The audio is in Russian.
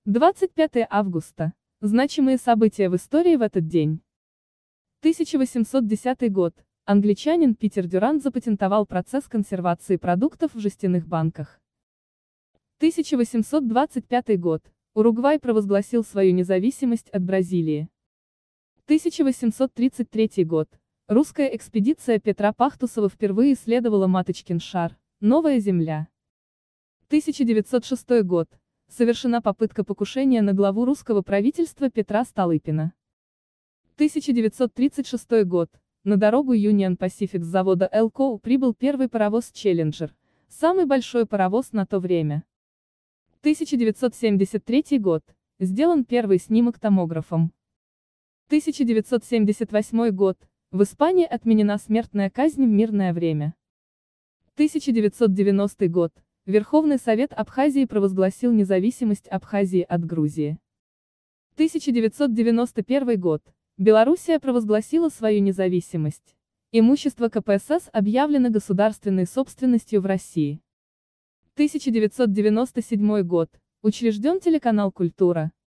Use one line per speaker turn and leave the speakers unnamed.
25 августа. Значимые события в истории в этот день. 1810 год. Англичанин Питер Дюрант запатентовал процесс консервации продуктов в жестяных банках. 1825 год. Уругвай провозгласил свою независимость от Бразилии. 1833 год. Русская экспедиция Петра Пахтусова впервые исследовала Маточкин шар, Новая Земля. 1906 год. Совершена попытка покушения на главу русского правительства Петра Столыпина. 1936 год. На дорогу Union Pacific с завода Elko прибыл первый паровоз Challenger, самый большой паровоз на то время. 1973 год. Сделан первый снимок томографом. 1978 год. В Испании отменена смертная казнь в мирное время. 1990 год. Верховный Совет Абхазии провозгласил независимость Абхазии от Грузии. 1991 год. Белоруссия провозгласила свою независимость. Имущество КПСС объявлено государственной собственностью в России. 1997 год. Учрежден телеканал «Культура».